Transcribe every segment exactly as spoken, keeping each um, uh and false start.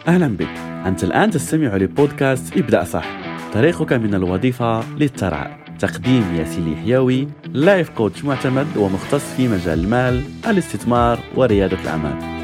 أهلا بك. أنت الآن تستمع لبودكاست ابدأ صح، طريقك من الوظيفة للثراء. تقديم ياسين الحيوي، لايف كوتش معتمد ومختص في مجال المال، الاستثمار وريادة الأعمال.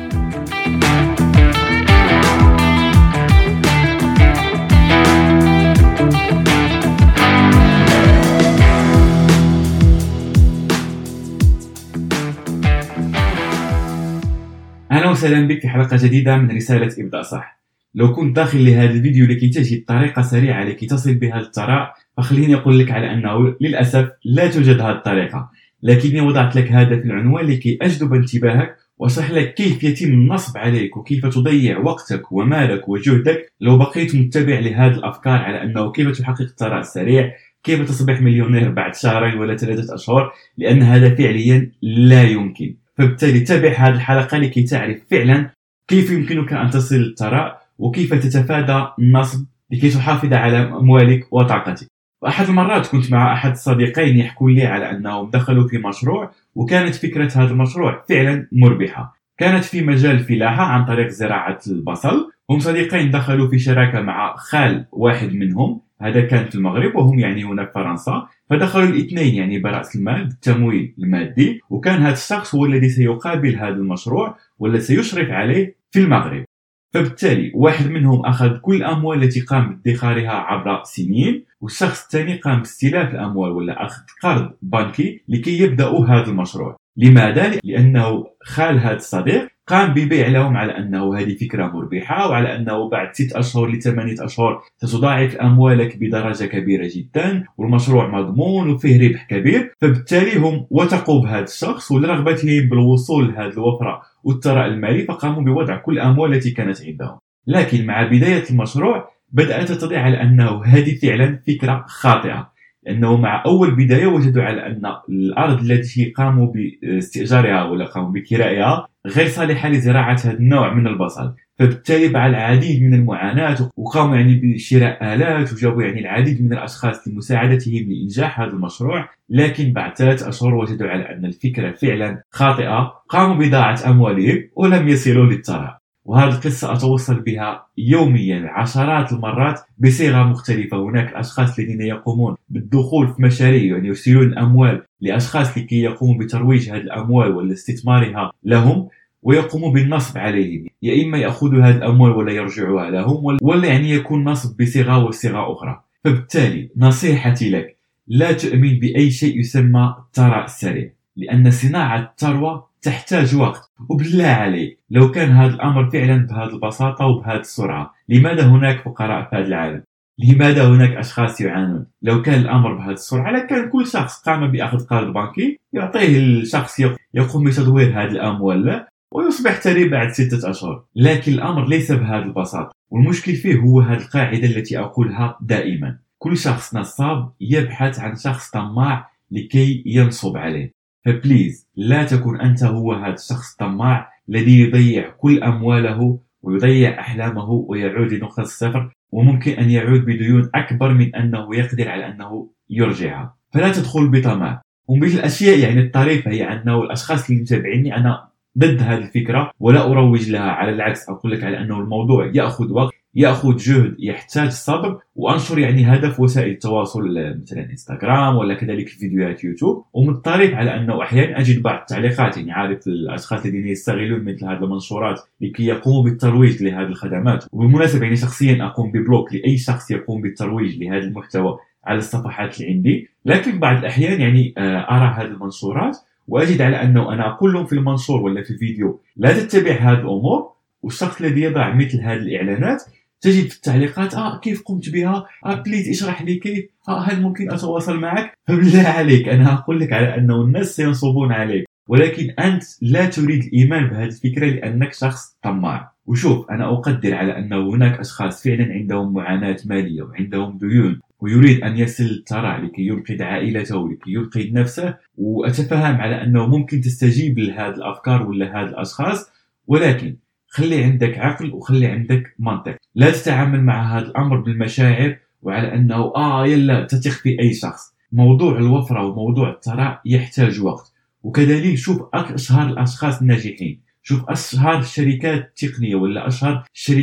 أهلا وسهلا بك في حلقة جديدة من رسالة ابدأ صح. لو كنت داخل لهذا الفيديو لكي تجد طريقة سريعة لكي تصل بها للثراء، فخليني أقول لك على أنه للأسف لا توجد هذه الطريقة، لكني وضعت لك هذا في العنوان لكي أجذب انتباهك وأشرح لك كيف يتم النصب عليك وكيف تضيع وقتك ومالك وجهدك لو بقيت متبع لهذه الأفكار على أنه كيف تحقق الثراء السريع، كيف تصبح مليونير بعد شهرين ولا ثلاثة أشهر، لأن هذا فعليا لا يمكن. فبالتالي تابع هذه الحلقة لكي تعرف فعلا كيف يمكنك أن تصل للثراء وكيف تتفادى النصب لكي تحافظ على أموالك وطاقتك. وأحد المرات كنت مع أحد الصديقين يحكون لي على أنهم دخلوا في مشروع، وكانت فكرة هذا المشروع فعلا مربحة. كانت في مجال الفلاحة عن طريق زراعة البصل. هم صديقين دخلوا في شراكة مع خال واحد منهم، هذا كان في المغرب وهم يعني هنا في فرنسا. فدخلوا الاثنين يعني برأس المال بالتمويل المادي، وكان هذا الشخص هو الذي سيقابل هذا المشروع والذي سيشرف عليه في المغرب. فبالتالي واحد منهم أخذ كل الأموال التي قام بادخارها عبر سنين، والشخص الثاني قام باستلاف الأموال ولا أخذ قرض بنكي لكي يبدأوا هذا المشروع. لماذا؟ لأنه خال هذا الصديق قام ببيع لهم على أنه هذه فكرة مربحة، وعلى أنه بعد ست أشهر لثمانية أشهر ستضاعف أموالك بدرجة كبيرة جدا، والمشروع مضمون وفيه ربح كبير. فبالتالي هم وثقوا بهذا الشخص، ولرغبتهم بالوصول لهذه الوفرة والثراء المالي فقاموا بوضع كل الأموال التي كانت عندهم. لكن مع بداية المشروع بدأت تتضح على أنه هذه فعلا فكرة خاطئة، لأنه مع أول بداية وجدوا على أن الأرض التي قاموا باستئجارها ولا قاموا بكرائها غير صالحة لزراعة هذا النوع من البصل. فبالتالي بعد العديد من المعاناة وقاموا يعني بشراء آلات وجابوا يعني العديد من الأشخاص لمساعدتهم لإنجاح هذا المشروع. لكن بعد ثلاث أشهر وجدوا على أن الفكرة فعلا خاطئة، قاموا بضاعة أموالهم ولم يصلوا للثراء. وهذه القصة أتوصل بها يوميا عشرات المرات بصيغة مختلفة. هناك الأشخاص الذين يقومون بالدخول في مشاريع يعني يرسلون الأموال لأشخاص لكي يقوموا بترويج هذه الأموال ولا استثمارها لهم، ويقوموا بالنصب عليهم، يا إما يأخذوا هذه الأموال ولا يرجعوها لهم، ولا يعني يكون نصب بصيغة وصيغة أخرى. فبالتالي نصيحتي لك، لا تؤمن بأي شيء يسمى الثراء السريع، لأن صناعة الثروة تحتاج وقت. وبالله عليك لو كان هذا الأمر فعلا بهذه البساطة وبهذه السرعة، لماذا هناك فقراء في هذا العالم؟ لماذا هناك أشخاص يعانون؟ لو كان الأمر بهذه السرعة لكان كل شخص قام بأخذ قرض بنكي يعطيه الشخص يقوم بتدوير هذه الأموال له ويصبح ثري بعد ستة أشهر. لكن الأمر ليس بهذه البساطة، والمشكل فيه هو هذه القاعدة التي أقولها دائما: كل شخص نصاب يبحث عن شخص طماع لكي ينصب عليه. فبليز لا تكن أنت هو هذا الشخص الطماع الذي يضيع كل أمواله ويضيع أحلامه ويعود لنقطة الصفر، وممكن أن يعود بديون أكبر من أنه يقدر على أنه يرجعها. فلا تدخل بطمع. ومن الأشياء يعني الطريفة هي أنه الأشخاص اللي متابعيني أنا ضد هذه الفكرة ولا أروج لها، على العكس أقول لك على أنه الموضوع يأخذ وقت، يأخذ جهد، يحتاج صبر. وأنشر يعني هدف وسائل التواصل مثلا انستغرام ولا كذلك فيديوهات يوتيوب. ومن الطريف على أنه أحيانا أجد بعض التعليقات، يعني عارف الأشخاص الذين يستغلون مثل هذه المنشورات لكي يقوموا بالترويج لهذه الخدمات. وبالمناسبة يعني شخصيا أقوم ببلوك لأي شخص يقوم بالترويج لهذا المحتوى على الصفحات اللي عندي. لكن بعض الأحيان يعني أرى هذه المنشورات وأجد على أنه أنا أقول لهم في المنشور ولا في الفيديو لا تتبع هذه الأمور، والشخص الذي يضع مثل هذه الإعلانات تجد في التعليقات آه كيف قمت بها، آه بليز اشرح لي كيف، آه هل ممكن أتواصل معك. فبالله عليك أنا أقول لك على أنه الناس سينصبون عليك، ولكن أنت لا تريد الإيمان بهذه الفكرة لأنك شخص طماع. وشوف أنا أقدر على أنه هناك أشخاص فعلا عندهم معاناة مالية وعندهم ديون ويريد أن يصل للثراء لكي ينقذ عائلته لكي ينقذ نفسه، وأتفهم على أنه ممكن تستجيب لهذه الأفكار ولا هذه الأشخاص، ولكن خلي عندك عقل وخلي عندك منطق. لا تتعامل مع هذا الأمر بالمشاعر وعلى أنه آه يلا تثق في أي شخص. موضوع الوفرة وموضوع الثراء يحتاج وقت. وكذلك شوف أشهر الأشخاص الناجحين، شوف أشهر الشركات التقنية ولا أشهر الشركات في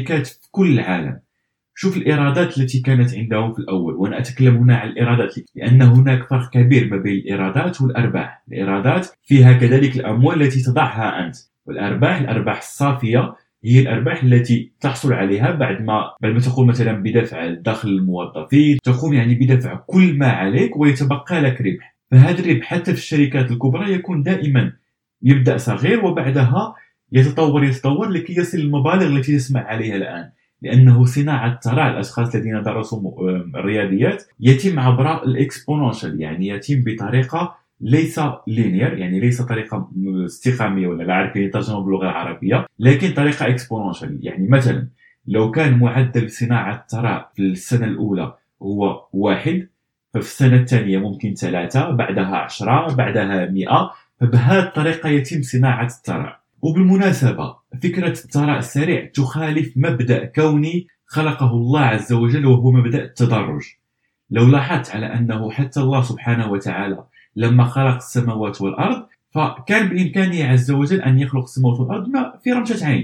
كل العالم. شوف الإيرادات التي كانت عندهم في الأول، وأنا أتكلم هنا عن الإيرادات لأن هناك فرق كبير ما بين الإيرادات والأرباح. الإيرادات فيها كذلك الأموال التي تضعها أنت، والأرباح الأرباح الصافية هي الأرباح التي تحصل عليها بعد ما بعد ما تقوم مثلا بدفع دخل الموظفين، تقوم يعني بدفع كل ما عليك ويتبقى لك ربح. فهذا الربح حتى في الشركات الكبرى يكون دائما يبدأ صغير وبعدها يتطور يتطور لكي يصل المبالغ التي تسمع عليها الآن. لأنه صناعة ثراء الأشخاص الذين درسوا الرياضيات يتم عبر الإكسبوننشال، يعني يتم بطريقة ليس لينير، يعني ليس طريقة استقامية ولا لا أعرف كيف ترجمة باللغة العربية، لكن طريقة إكسبوننشال. يعني مثلا لو كان معدل صناعة الثراء في السنة الأولى هو واحد، ففي السنة الثانية ممكن ثلاثة، بعدها عشرة، بعدها مئة. فبهذه الطريقة يتم صناعة الثراء. وبالمناسبة فكرة الثراء السريع تخالف مبدأ كوني خلقه الله عز وجل، وهو مبدأ التدرج. لو لاحظت على أنه حتى الله سبحانه وتعالى لما خلق السماوات والأرض فكان بإمكانه عز وجل أن يخلق السماوات والأرض في رمشة عين،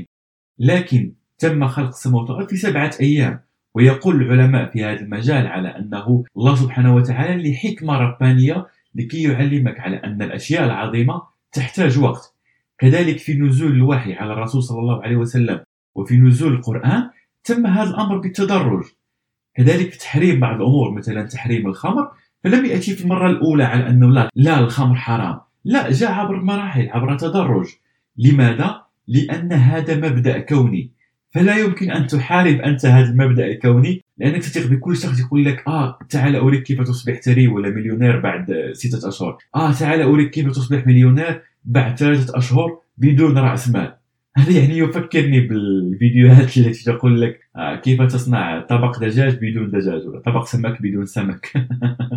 لكن تم خلق السماوات والأرض في سبعة أيام. ويقول العلماء في هذا المجال على أنه الله سبحانه وتعالى لحكمة ربانية لكي يعلمك على أن الأشياء العظيمة تحتاج وقت. كذلك في نزول الوحي على الرسول صلى الله عليه وسلم وفي نزول القرآن تم هذا الأمر بالتدرج. كذلك في تحريم بعض الأمور مثلا تحريم الخمر، فلم يأتي في المرة الأولى على أنه لا, لا الخمر حرام، لا، جاء عبر مراحل عبر تدرج. لماذا؟ لأن هذا مبدأ كوني، فلا يمكن أن تحارب أنت هذا المبدأ الكوني، لأنك تثق بكل شخص يقول لك آه تعال أريك كيف تصبح ثري ولا مليونير بعد ستة أشهر، آه تعال أريك كيف تصبح مليونير بعد ثلاثة أشهر بدون رأس مال. هذا يعني يفكرني بالفيديوهات التي تقول لك آه كيف تصنع طبق دجاج بدون دجاج ولا طبق سمك بدون سمك.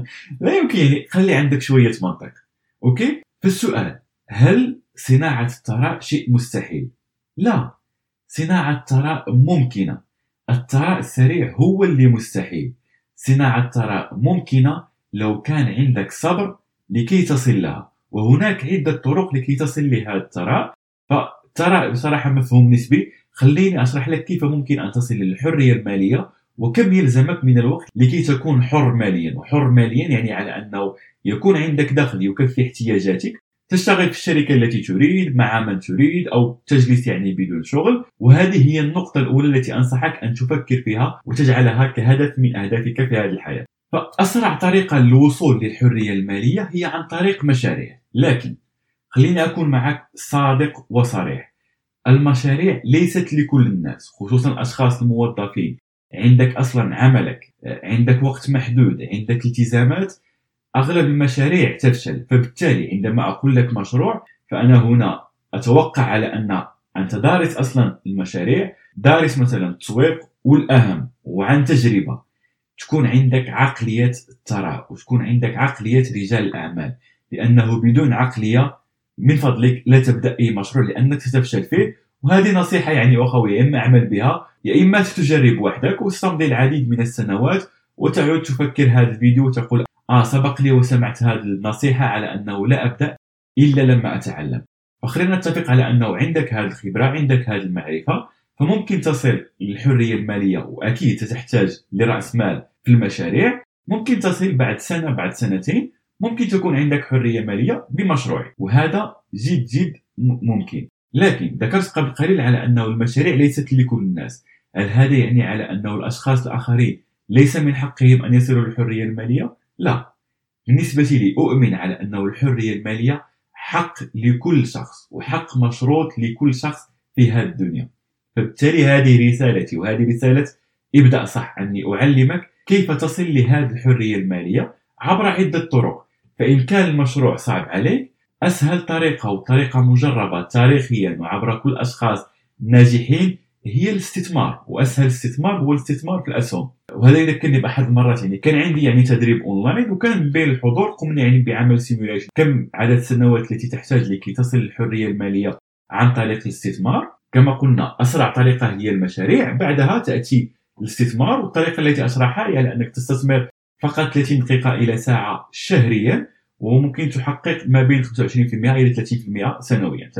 لا يمكن، يعني خلي عندك شوية منطق. أوكي؟ فالسؤال، هل صناعة الثراء شيء مستحيل؟ لا، صناعة الثراء ممكنة. الثراء السريع هو اللي مستحيل. صناعة الثراء ممكنة لو كان عندك صبر لكي تصل لها، وهناك عدة طرق لكي تصل لهذا الثراء. فالثراء بصراحة مفهوم نسبي. خليني أشرح لك كيف ممكن أن تصل للحرية المالية وكم يلزمك من الوقت لكي تكون حر ماليا. وحر ماليا يعني على أنه يكون عندك دخل يكفي احتياجاتك، تشتغل في الشركة التي تريد مع من تريد أو تجلس يعني بدون شغل. وهذه هي النقطة الأولى التي أنصحك أن تفكر فيها وتجعلها كهدف من أهدافك في هذه الحياة. فأسرع طريقة للوصول للحرية المالية هي عن طريق مشاريع. لكن خليني أكون معك صادق وصريح، المشاريع ليست لكل الناس، خصوصا الأشخاص الموظفين. عندك أصلا عملك، عندك وقت محدود، عندك التزامات. أغلب المشاريع تفشل. فبالتالي عندما أقول لك مشروع فأنا هنا أتوقع على أن أنت دارس أصلا المشاريع، دارس مثلا التسويق، والأهم وعن تجربة تكون عندك عقلية الثراء وتكون عندك عقلية رجال الأعمال. لأنه بدون عقلية من فضلك لا تبدأ أي مشروع لأنك ستفشل فيه. وهذه نصيحة يعني أخوي، يا إما أعمل بها يا إما تجرب وحدك وتستمضي العديد من السنوات وتعود تفكر هذا الفيديو وتقول آه سبق لي وسمعت هذه النصيحة على أنه لا أبدأ إلا لما أتعلم. فخلينا نتفق على أنه عندك هذه الخبرة، عندك هذه المعرفة، فممكن تصل للحرية المالية. وأكيد تحتاج لرأس مال في المشاريع. ممكن تصل بعد سنة بعد سنتين، ممكن تكون عندك حرية مالية بمشروع، وهذا جد جد ممكن. لكن ذكرت قبل قليل على أنه المشاريع ليست لكل الناس. هل هذا يعني على أنه الأشخاص الآخرين ليس من حقهم أن يصلوا للحرية المالية؟ لا، بالنسبة لي أؤمن على أنه الحرية المالية حق لكل شخص وحق مشروط لكل شخص في هذه الدنيا. فبالتالي هذه رسالتي وهذه رسالة ابدأ صح، أني أعلمك كيف تصل لهذه الحرية المالية عبر عدة طرق. فإن كان المشروع صعب عليك، أسهل طريقة وطريقة مجربة تاريخيا وعبر كل أشخاص ناجحين هي الاستثمار. وأسهل استثمار هو الاستثمار في الأسهم. وهذا يذكرني بأحد المرات، يعني كان عندي يعني تدريب أونلاين، وكان بين الحضور قمنا يعني بعمل سيموليشن كم عدد السنوات التي تحتاج لكي تصل للحرية المالية عن طريق الاستثمار. كما قلنا أسرع طريقة هي المشاريع، بعدها تأتي الاستثمار. والطريقة التي أشرحها هي يعني أنك تستثمر فقط ثلاثين دقيقة إلى ساعة شهريا، وممكن تحقق ما بين خمسة وعشرين بالمئة إلى ثلاثين بالمئة سنويا. تمام؟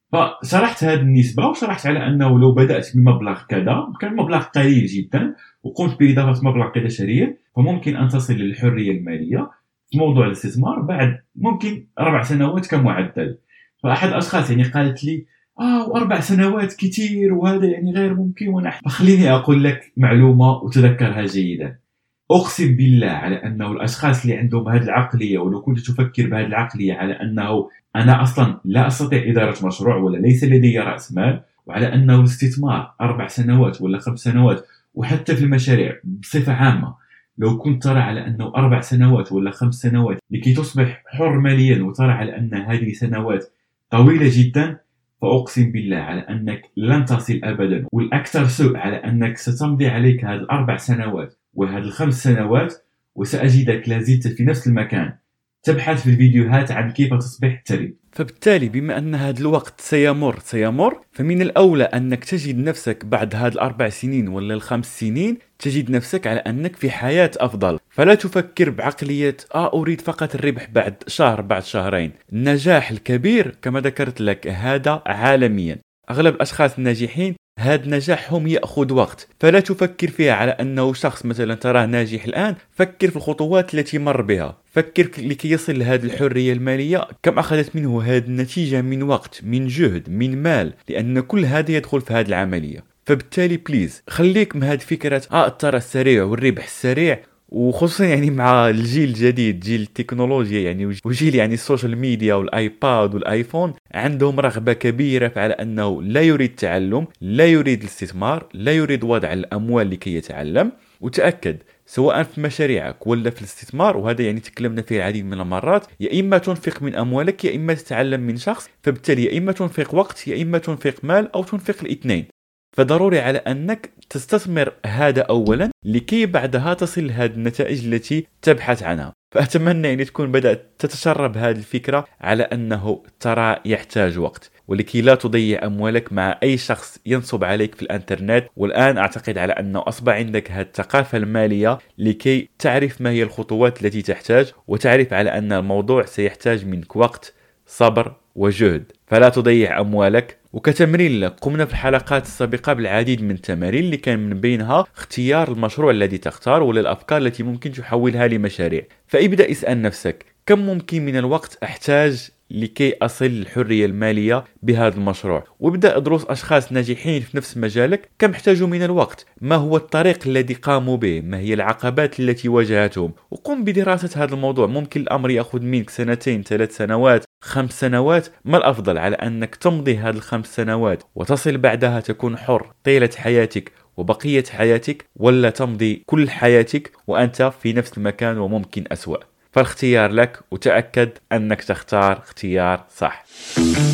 فشرحت هذه النسبة وشرحت على أنه لو بدأت بمبلغ كذا، كان مبلغ قليل جدا، وقمت بإضافة مبلغ كذا شهريا، فممكن أن تصل للحرية المالية في موضوع الاستثمار بعد ممكن أربع سنوات كمعدل. فأحد الأشخاص يعني قالت لي آه وأربع سنوات كتير وهذا يعني غير ممكن ونحن. فخليني أقول لك معلومة وتذكرها جيدا. أقسم بالله على أنه الأشخاص اللي عندهم هذه العقلية، ولو كنت تفكر بهذه العقلية على أنه أنا أصلا لا أستطيع إدارة مشروع ولا ليس لدي رأس مال، وعلى أنه الاستثمار أربع سنوات ولا خمس سنوات، وحتى في المشاريع بصفة عامة لو كنت ترى على أنه أربع سنوات ولا خمس سنوات لكي تصبح حر ماليا، وترى على أن هذه سنوات طويلة جدا، فأقسم بالله على أنك لن تصل أبدا. والأكثر سوء على أنك ستمضي عليك هذه الأربع سنوات وهذه الخمس سنوات وسأجدك لازلت في نفس المكان تبحث في الفيديوهات عن كيف تصبح ثري. فبالتالي بما أن هذا الوقت سيمر سيمر فمن الأولى أنك تجد نفسك بعد هذه الأربع سنين ولا الخمس سنين تجد نفسك على أنك في حياة أفضل. فلا تفكر بعقلية آه أريد فقط الربح بعد شهر بعد شهرين. النجاح الكبير كما ذكرت لك هذا عالميا، أغلب الأشخاص الناجحين هذا نجاحهم يأخذ وقت. فلا تفكر فيها على أنه شخص مثلا تراه ناجح الآن، فكر في الخطوات التي مر بها، فكر لكي يصل لهذه الحرية المالية كم أخذت منه هذه النتيجة من وقت من جهد من مال، لأن كل هذا يدخل في هذه العملية. فبالتالي بليز خليك من هذه فكرة آه الثراء السريع والربح السريع، وخصوصا يعني مع الجيل الجديد جيل التكنولوجيا يعني وجيل يعني السوشيال ميديا والايباد والايفون، عندهم رغبة كبيرة على أنه لا يريد تعلم، لا يريد الاستثمار، لا يريد وضع الأموال لكي يتعلم. وتأكد سواء في مشاريعك ولا في الاستثمار، وهذا يعني تكلمنا فيه العديد من المرات، يا إما تنفق من أموالك يا إما تتعلم من شخص. فبالتالي يا إما تنفق وقت يا إما تنفق مال أو تنفق الاثنين. فضروري على أنك تستثمر هذا أولا لكي بعدها تصل لهذه النتائج التي تبحث عنها. فأتمنى أن تكون بدأت تتشرب هذه الفكرة على أنه ترى يحتاج وقت، ولكي لا تضيع أموالك مع أي شخص ينصب عليك في الانترنت. والآن أعتقد على أنه أصبح عندك هذه الثقافة المالية لكي تعرف ما هي الخطوات التي تحتاج، وتعرف على أن الموضوع سيحتاج منك وقت صبر وجهد. فلا تضيع أموالك. وكتمرين لك، قمنا في الحلقات السابقة بالعديد من التمارين اللي كان من بينها اختيار المشروع الذي تختار ولا الأفكار التي ممكن تحولها لمشاريع. فابدأ اسأل نفسك كم ممكن من الوقت أحتاج لكي أصل للحرية المالية بهذا المشروع، وابدأ أدرس أشخاص ناجحين في نفس مجالك كم احتاجوا من الوقت، ما هو الطريق الذي قاموا به، ما هي العقبات التي واجهتهم، وقم بدراسة هذا الموضوع. ممكن الأمر يأخذ منك سنتين ثلاث سنوات خمس سنوات، ما الأفضل على أنك تمضي هذه الخمس سنوات وتصل بعدها تكون حر طيلة حياتك وبقية حياتك، ولا تمضي كل حياتك وأنت في نفس المكان وممكن أسوأ؟ فالاختيار لك، وتأكد أنك تختار اختيار صح.